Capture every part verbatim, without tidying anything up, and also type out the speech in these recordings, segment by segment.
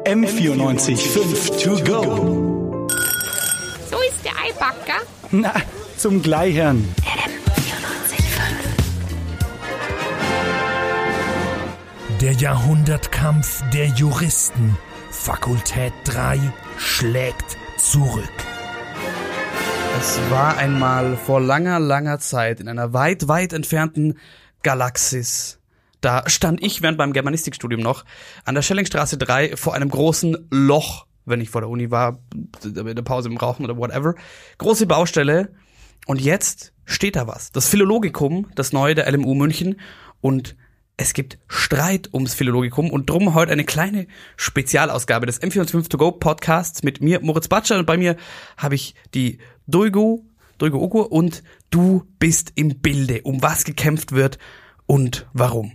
M vierundneunzig Komma fünf to go. So ist der Eibacker. Na, zum Gleichern. M vierundneunzig Komma fünf. Der Jahrhundertkampf der Juristen. Fakultät drei schlägt zurück. Es war einmal vor langer, langer Zeit in einer weit, weit entfernten Galaxis. Da stand ich während meinem Germanistikstudium noch an der Schellingstraße drei vor einem großen Loch, wenn ich vor der Uni war, in der Pause im Rauchen oder whatever. Große Baustelle. Und jetzt steht da was. Das Philologikum, das neue der L M U München. Und es gibt Streit ums Philologikum und drum heute eine kleine Spezialausgabe des M vierundneunzig Komma fünf to go Podcasts mit mir, Moritz Batscher, und bei mir habe ich die Dulgu, Dulgu Ugu, und du bist im Bilde, um was gekämpft wird und warum.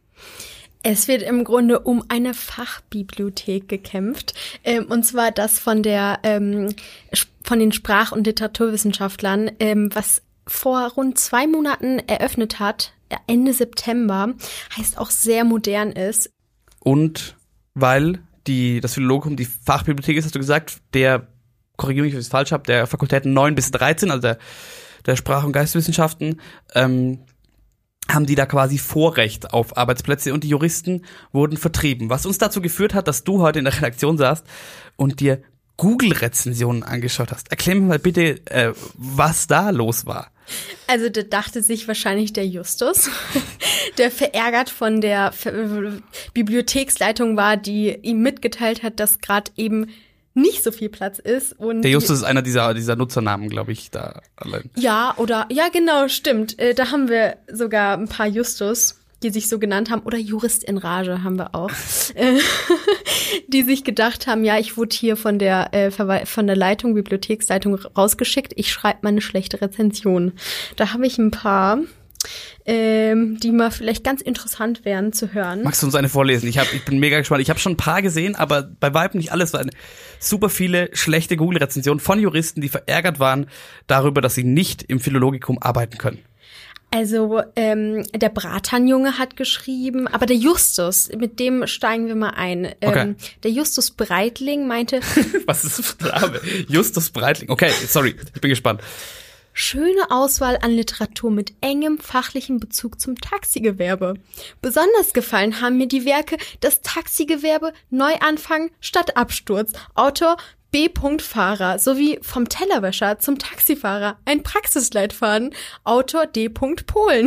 Es wird im Grunde um eine Fachbibliothek gekämpft, ähm, und zwar das von der ähm, von den Sprach- und Literaturwissenschaftlern, ähm, was vor rund zwei Monaten eröffnet hat, Ende September, heißt auch sehr modern ist. Und weil die das Philologikum die Fachbibliothek ist, hast du gesagt, der, korrigiere mich, wenn ich es falsch habe, der Fakultäten neun bis dreizehn, also der, der Sprach- und Geisteswissenschaften, ähm, haben die da quasi Vorrecht auf Arbeitsplätze und die Juristen wurden vertrieben. Was uns dazu geführt hat, dass du heute in der Redaktion saßt und dir Google-Rezensionen angeschaut hast. Erklär mir mal bitte, äh, was da los war. Also da dachte sich wahrscheinlich der Justus, der verärgert von der Ver- Bibliotheksleitung war, die ihm mitgeteilt hat, dass gerade eben nicht so viel Platz ist. Und der Justus ist einer dieser dieser Nutzernamen, glaube ich, da allein. Ja, oder, ja genau, stimmt. Äh, da haben wir sogar ein paar Justus, die sich so genannt haben, oder Jurist in Rage haben wir auch, äh, die sich gedacht haben, ja, ich wurde hier von der äh, Verwal- von der Leitung, Bibliotheksleitung rausgeschickt, ich schreibe mal eine schlechte Rezension. Da habe ich ein paar, ähm, die mal vielleicht ganz interessant wären zu hören. Magst du uns eine vorlesen? Ich, hab, ich bin mega gespannt. Ich habe schon ein paar gesehen, aber bei weitem nicht alles. Weil super viele schlechte Google-Rezensionen von Juristen, die verärgert waren darüber, dass sie nicht im Philologikum arbeiten können. Also ähm, der Bratanjunge hat geschrieben, aber der Justus, mit dem steigen wir mal ein. Ähm, okay. Der Justus Breitling meinte... Was ist das für ein Name? Justus Breitling. Okay, sorry, ich bin gespannt. Schöne Auswahl an Literatur mit engem fachlichen Bezug zum Taxigewerbe. Besonders gefallen haben mir die Werke Das Taxigewerbe, Neuanfang statt Absturz, Autor B. Fahrer sowie Vom Tellerwäscher zum Taxifahrer, ein Praxisleitfaden, Autor D. Polen.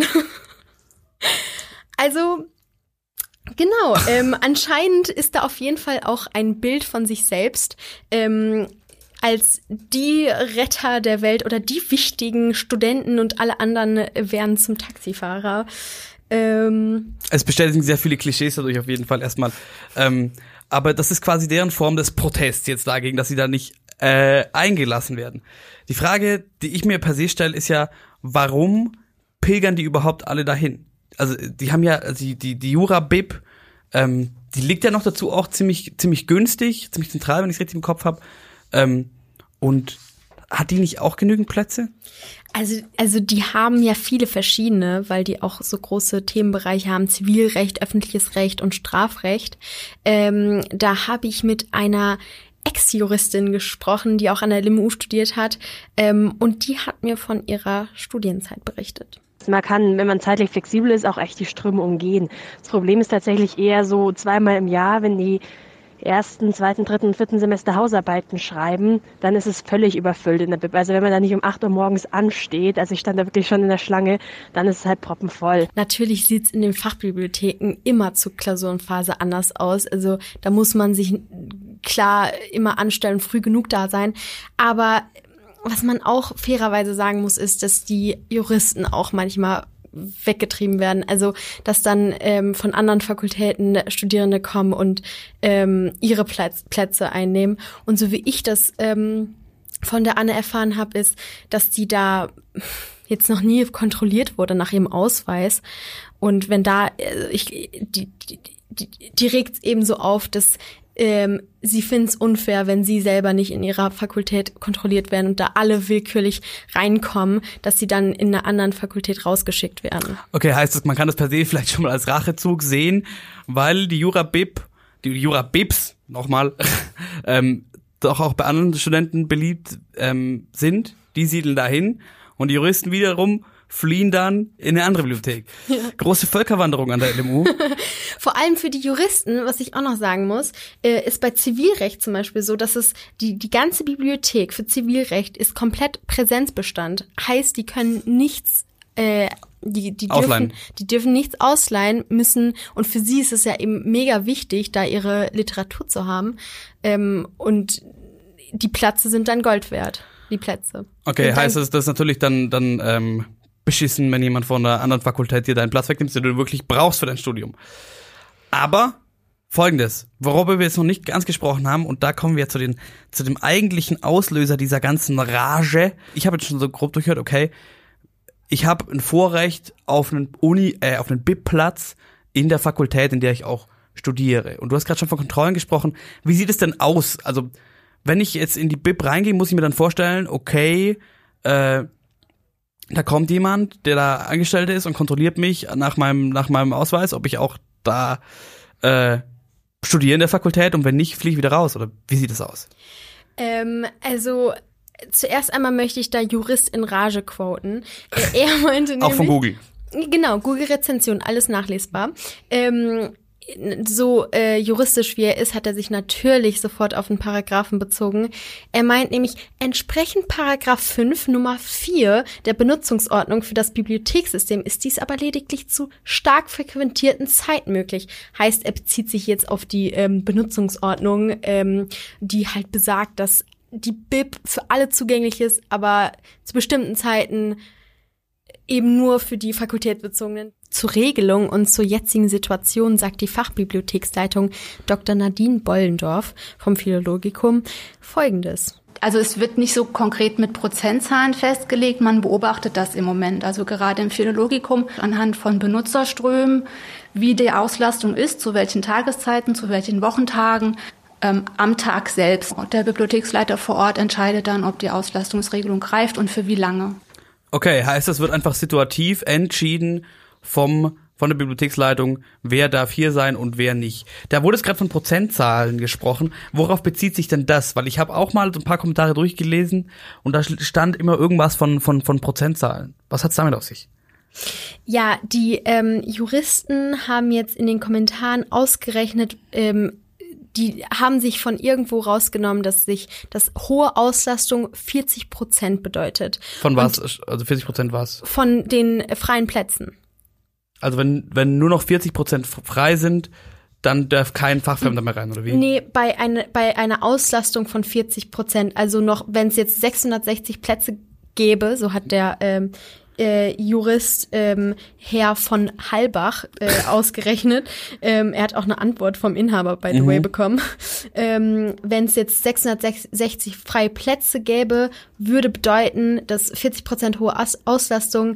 Also, genau, ähm, anscheinend ist da auf jeden Fall auch ein Bild von sich selbst, ähm, als die Retter der Welt oder die wichtigen Studenten und alle anderen werden zum Taxifahrer. Ähm, es bestätigen sehr viele Klischees dadurch auf jeden Fall erstmal. Ähm, aber das ist quasi deren Form des Protests jetzt dagegen, dass sie da nicht äh, eingelassen werden. Die Frage, die ich mir per se stelle, ist ja, warum pilgern die überhaupt alle dahin? Also die haben ja, also die, die, die Jura-Bib, ähm, die liegt ja noch dazu auch ziemlich ziemlich günstig, ziemlich zentral, wenn ich es richtig im Kopf habe. Ähm, und hat die nicht auch genügend Plätze? Also, also die haben ja viele verschiedene, weil die auch so große Themenbereiche haben, Zivilrecht, öffentliches Recht und Strafrecht. Ähm, da habe ich mit einer Ex-Juristin gesprochen, die auch an der L M U studiert hat, ähm, und die hat mir von ihrer Studienzeit berichtet. Man kann, wenn man zeitlich flexibel ist, auch echt die Ströme umgehen. Das Problem ist tatsächlich eher so zweimal im Jahr, wenn die ersten, zweiten, dritten, vierten Semester Hausarbeiten schreiben, dann ist es völlig überfüllt in der Bib. Also wenn man da nicht um acht Uhr morgens ansteht, also ich stand da wirklich schon in der Schlange, dann ist es halt proppenvoll. Natürlich sieht's in den Fachbibliotheken immer zur Klausurenphase anders aus. Also da muss man sich klar immer anstellen, früh genug da sein. Aber was man auch fairerweise sagen muss, ist, dass die Juristen auch manchmal weggetrieben werden. Also, dass dann ähm, von anderen Fakultäten Studierende kommen und ähm, ihre Plätz- Plätze einnehmen. Und so wie ich das ähm, von der Anne erfahren habe, ist, dass die da jetzt noch nie kontrolliert wurde nach ihrem Ausweis. Und wenn da, äh, ich, die, die, die, die regt eben so auf, dass ähm, sie finden es unfair, wenn sie selber nicht in ihrer Fakultät kontrolliert werden und da alle willkürlich reinkommen, dass sie dann in einer anderen Fakultät rausgeschickt werden. Okay, heißt das, man kann das per se vielleicht schon mal als Rachezug sehen, weil die Jura-Bib, die Jura-Bibs nochmal, ähm, doch auch bei anderen Studenten beliebt ähm, sind, die siedeln dahin und die Juristen wiederum fliehen dann in eine andere Bibliothek. Ja. Große Völkerwanderung an der L M U. Vor allem für die Juristen, was ich auch noch sagen muss, äh, ist bei Zivilrecht zum Beispiel so, dass es die die ganze Bibliothek für Zivilrecht ist komplett Präsenzbestand. Heißt, die können nichts äh, die die ausleihen. dürfen die dürfen nichts ausleihen müssen und für sie ist es ja eben mega wichtig, da ihre Literatur zu haben ähm, und die Plätze sind dann Gold wert. Die Plätze. Okay, heißt das, das ist natürlich dann dann ähm, beschissen, wenn jemand von einer anderen Fakultät dir deinen Platz wegnimmt, den du wirklich brauchst für dein Studium. Aber Folgendes, worüber wir jetzt noch nicht ganz gesprochen haben, und da kommen wir zu den zu dem eigentlichen Auslöser dieser ganzen Rage. Ich habe jetzt schon so grob durchgehört, okay, ich habe ein Vorrecht auf einen Uni, äh, auf einen B I P-Platz in der Fakultät, in der ich auch studiere. Und du hast gerade schon von Kontrollen gesprochen. Wie sieht es denn aus? Also, wenn ich jetzt in die B I P reingehe, muss ich mir dann vorstellen, okay, äh, da kommt jemand, der da angestellt ist und kontrolliert mich nach meinem nach meinem Ausweis, ob ich auch da äh, studiere in der Fakultät, und wenn nicht, fliege ich wieder raus. Oder wie sieht das aus? Ähm, also zuerst einmal möchte ich da Jurist in Rage quoten. Er, er meinte nämlich, auch von Google. Genau, Google-Rezension, alles nachlesbar. Ähm, so äh, juristisch wie er ist, hat er sich natürlich sofort auf den Paragraphen bezogen. Er meint nämlich, entsprechend Paragraph fünf Nummer vier der Benutzungsordnung für das Bibliothekssystem ist dies aber lediglich zu stark frequentierten Zeiten möglich. Heißt, er bezieht sich jetzt auf die ähm, Benutzungsordnung, ähm, die halt besagt, dass die B I P für alle zugänglich ist, aber zu bestimmten Zeiten eben nur für die fakultätsbezogenen. Zur Regelung und zur jetzigen Situation sagt die Fachbibliotheksleitung Doktor Nadine Bollendorf vom Philologikum Folgendes. Also es wird nicht so konkret mit Prozentzahlen festgelegt, man beobachtet das im Moment. Also gerade im Philologikum anhand von Benutzerströmen, wie die Auslastung ist, zu welchen Tageszeiten, zu welchen Wochentagen, ähm, am Tag selbst. Und der Bibliotheksleiter vor Ort entscheidet dann, ob die Auslastungsregelung greift und für wie lange. Okay, heißt, das wird einfach situativ entschieden vom von der Bibliotheksleitung, wer darf hier sein und wer nicht. Da wurde es gerade von Prozentzahlen gesprochen. Worauf bezieht sich denn das? Weil ich habe auch mal so ein paar Kommentare durchgelesen und da stand immer irgendwas von von von Prozentzahlen. Was hat's damit auf sich? Ja, die ähm, Juristen haben jetzt in den Kommentaren ausgerechnet, ähm, die haben sich von irgendwo rausgenommen, dass sich das hohe Auslastung vierzig Prozent bedeutet. Von was? Und also vierzig Prozent was? Von den freien Plätzen. Also wenn wenn nur noch vierzig Prozent frei sind, dann darf kein Fachfremder mehr rein, oder wie? Nee, bei, eine, bei einer Auslastung von vierzig Prozent, also noch, wenn es jetzt sechshundertsechzig Plätze gäbe, so hat der ähm, äh, Jurist ähm, Herr von Halbach äh, ausgerechnet. Ähm, er hat auch eine Antwort vom Inhaber, by the mhm. way, bekommen. Ähm, wenn es jetzt sechshundertsechzig freie Plätze gäbe, würde bedeuten, dass vierzig Prozent hohe Aus- Auslastung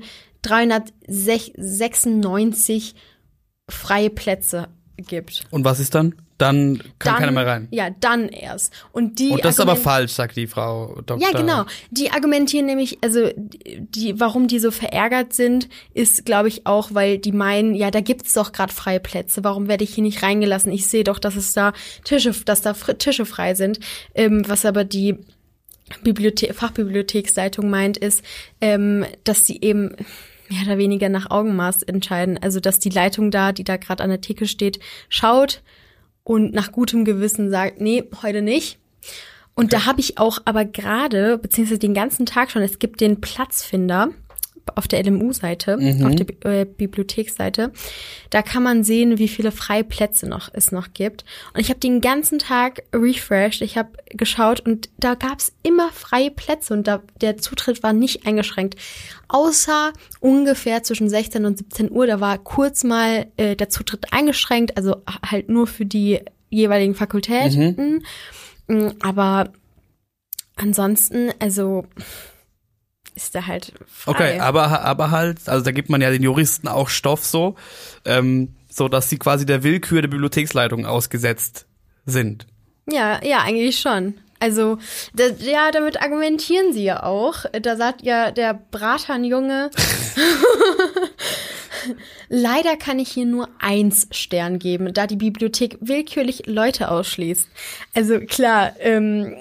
dreihundertsechsundneunzig freie Plätze gibt. Und was ist dann? Dann kann dann, keiner mehr rein. Ja, dann erst. Und die Und das ist aber argument- falsch, sagt die Frau Doktor. Ja, genau. Die argumentieren nämlich, also die, warum die so verärgert sind, ist, glaube ich, auch, weil die meinen, ja, da gibt's doch gerade freie Plätze. Warum werde ich hier nicht reingelassen? Ich sehe doch, dass es da Tische, dass da fr- Tische frei sind. Ähm, was aber die Bibliothe- Fachbibliotheksleitung meint, ist, ähm, dass sie eben mehr oder weniger nach Augenmaß entscheiden. Also, dass die Leitung da, die da gerade an der Theke steht, schaut und nach gutem Gewissen sagt, nee, heute nicht. Und okay. Da habe ich auch aber gerade, beziehungsweise den ganzen Tag schon, es gibt den Platzfinder auf der L M U-Seite, mhm. auf der äh, Bibliotheksseite. Da kann man sehen, wie viele freie Plätze noch es noch gibt. Und ich habe den ganzen Tag refreshed, ich habe geschaut und da gab es immer freie Plätze und da, der Zutritt war nicht eingeschränkt. Außer ungefähr zwischen sechzehn und siebzehn Uhr, da war kurz mal äh, der Zutritt eingeschränkt, also halt nur für die jeweiligen Fakultäten. Mhm. Aber ansonsten, also ist da halt frei. Okay, aber aber halt, also da gibt man ja den Juristen auch Stoff so, ähm, so dass sie quasi der Willkür der Bibliotheksleitung ausgesetzt sind. Ja, ja, eigentlich schon. Also, da, ja, damit argumentieren sie ja auch. Da sagt ja der Bratanjunge, Leider kann ich hier nur eins Stern geben, da die Bibliothek willkürlich Leute ausschließt. Also klar, ähm,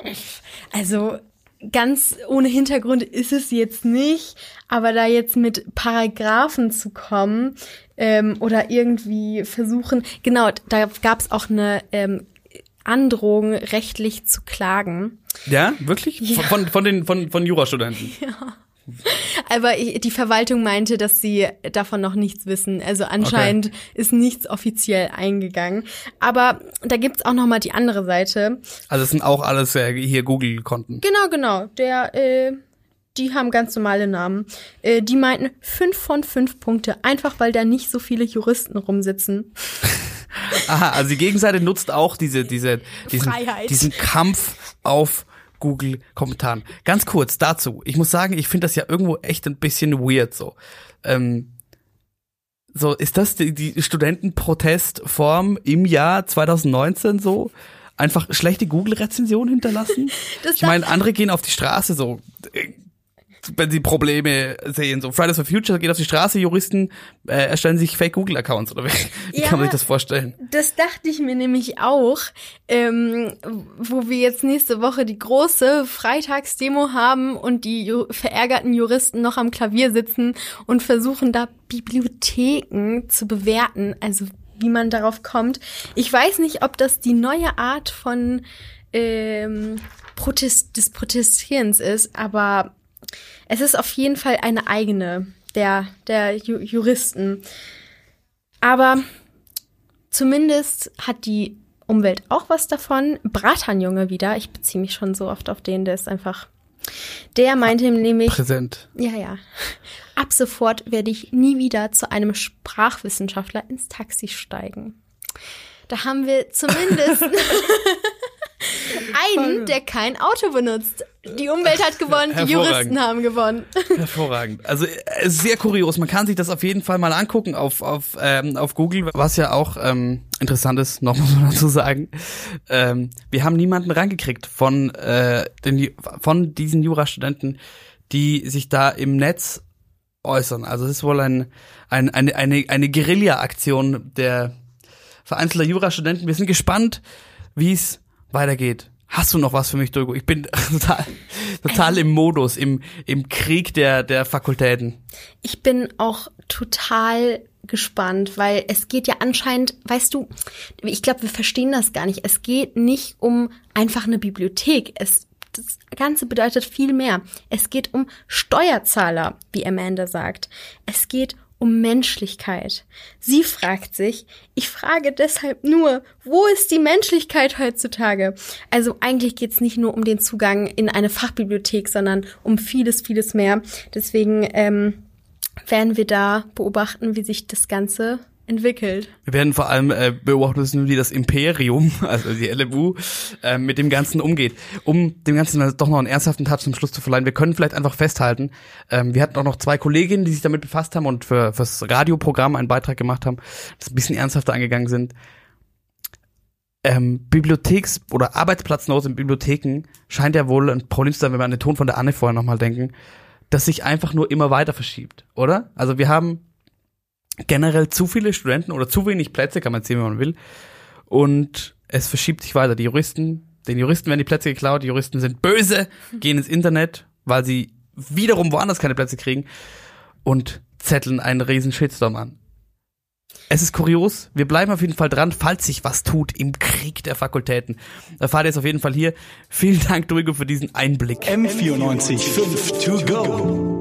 also ganz ohne Hintergrund ist es jetzt nicht, aber da jetzt mit Paragraphen zu kommen ähm, oder irgendwie versuchen, genau, da gab es auch eine ähm, Androhung, rechtlich zu klagen. Ja, wirklich? Ja. Von, von den von, von Jurastudenten? Ja. Aber ich, die Verwaltung meinte, dass sie davon noch nichts wissen. Also anscheinend okay. ist nichts offiziell eingegangen. Aber da gibt's auch noch mal die andere Seite. Also es sind auch alles äh, hier Google-Konten. Genau, genau. Der, äh, die haben ganz normale Namen. Äh, die meinten fünf von fünf Punkte, einfach weil da nicht so viele Juristen rumsitzen. Aha, also die Gegenseite nutzt auch diese, diese, diesen, Freiheit. diesen Kampf auf Google-Kommentaren. Ganz kurz dazu. Ich muss sagen, ich finde das ja irgendwo echt ein bisschen weird so. Ähm, so, ist das die, die Studentenprotestform im Jahr zwanzig neunzehn so? Einfach schlechte Google-Rezensionen hinterlassen? Das ich meine, andere gehen auf die Straße so, wenn sie Probleme sehen. So Fridays for Future geht auf die Straße, Juristen äh, erstellen sich Fake-Google-Accounts. Oder wie, wie ja, kann man sich das vorstellen? Das dachte ich mir nämlich auch, ähm, wo wir jetzt nächste Woche die große Freitagsdemo haben und die ju- verärgerten Juristen noch am Klavier sitzen und versuchen da Bibliotheken zu bewerten, also wie man darauf kommt. Ich weiß nicht, ob das die neue Art von ähm, Protest- des Protestierens ist, aber es ist auf jeden Fall eine eigene der, der Ju- Juristen. Aber zumindest hat die Umwelt auch was davon. Bratanjunge wieder, ich beziehe mich schon so oft auf den, der ist einfach, der meinte nämlich, Präsent. ja, ja, ab sofort werde ich nie wieder zu einem Sprachwissenschaftler ins Taxi steigen. Da haben wir zumindest einen, der kein Auto benutzt. Die Umwelt hat gewonnen, die Juristen haben gewonnen. Hervorragend. Also äh, sehr kurios. Man kann sich das auf jeden Fall mal angucken auf auf ähm, auf Google, was ja auch ähm, interessant ist, noch muss man dazu sagen. Ähm, wir haben niemanden rangekriegt von äh, den von diesen Jurastudenten, die sich da im Netz äußern. Also es ist wohl ein, ein eine eine eine Guerilla-Aktion der vereinzelter Jurastudenten. Wir sind gespannt, wie es weitergeht. Hast du noch was für mich, Dulgo? Ich bin total, total im Modus, im, im Krieg der, der Fakultäten. Ich bin auch total gespannt, weil es geht ja anscheinend, weißt du, ich glaube, wir verstehen das gar nicht. Es geht nicht um einfach eine Bibliothek. Es, das Ganze bedeutet viel mehr. Es geht um Steuerzahler, wie Amanda sagt. Es geht um Menschlichkeit. Sie fragt sich, ich frage deshalb nur, wo ist die Menschlichkeit heutzutage? Also eigentlich geht's nicht nur um den Zugang in eine Fachbibliothek, sondern um vieles, vieles mehr. Deswegen ähm, werden wir da beobachten, wie sich das Ganze entwickelt. Wir werden vor allem äh, beobachten müssen, wie das Imperium, also die L M U, äh, mit dem Ganzen umgeht. Um dem Ganzen doch noch einen ernsthaften Touch zum Schluss zu verleihen, wir können vielleicht einfach festhalten, ähm, wir hatten auch noch zwei Kolleginnen, die sich damit befasst haben und für fürs Radioprogramm einen Beitrag gemacht haben, das ein bisschen ernsthafter angegangen sind. Ähm, Bibliotheks- oder Arbeitsplatznotes in Bibliotheken scheint ja wohl ein Problem zu sein, wenn wir an den Ton von der Anne vorher nochmal denken, das sich einfach nur immer weiter verschiebt, oder? Also wir haben generell zu viele Studenten oder zu wenig Plätze, kann man sehen, wie man will. Und es verschiebt sich weiter. Die Juristen, den Juristen werden die Plätze geklaut, die Juristen sind böse, gehen ins Internet, weil sie wiederum woanders keine Plätze kriegen und zetteln einen riesen Shitstorm an. Es ist kurios, wir bleiben auf jeden Fall dran, falls sich was tut im Krieg der Fakultäten. Erfahrt ihr es auf jeden Fall hier. Vielen Dank, Dulgo, für diesen Einblick. M vierundneunzig Komma fünf to go.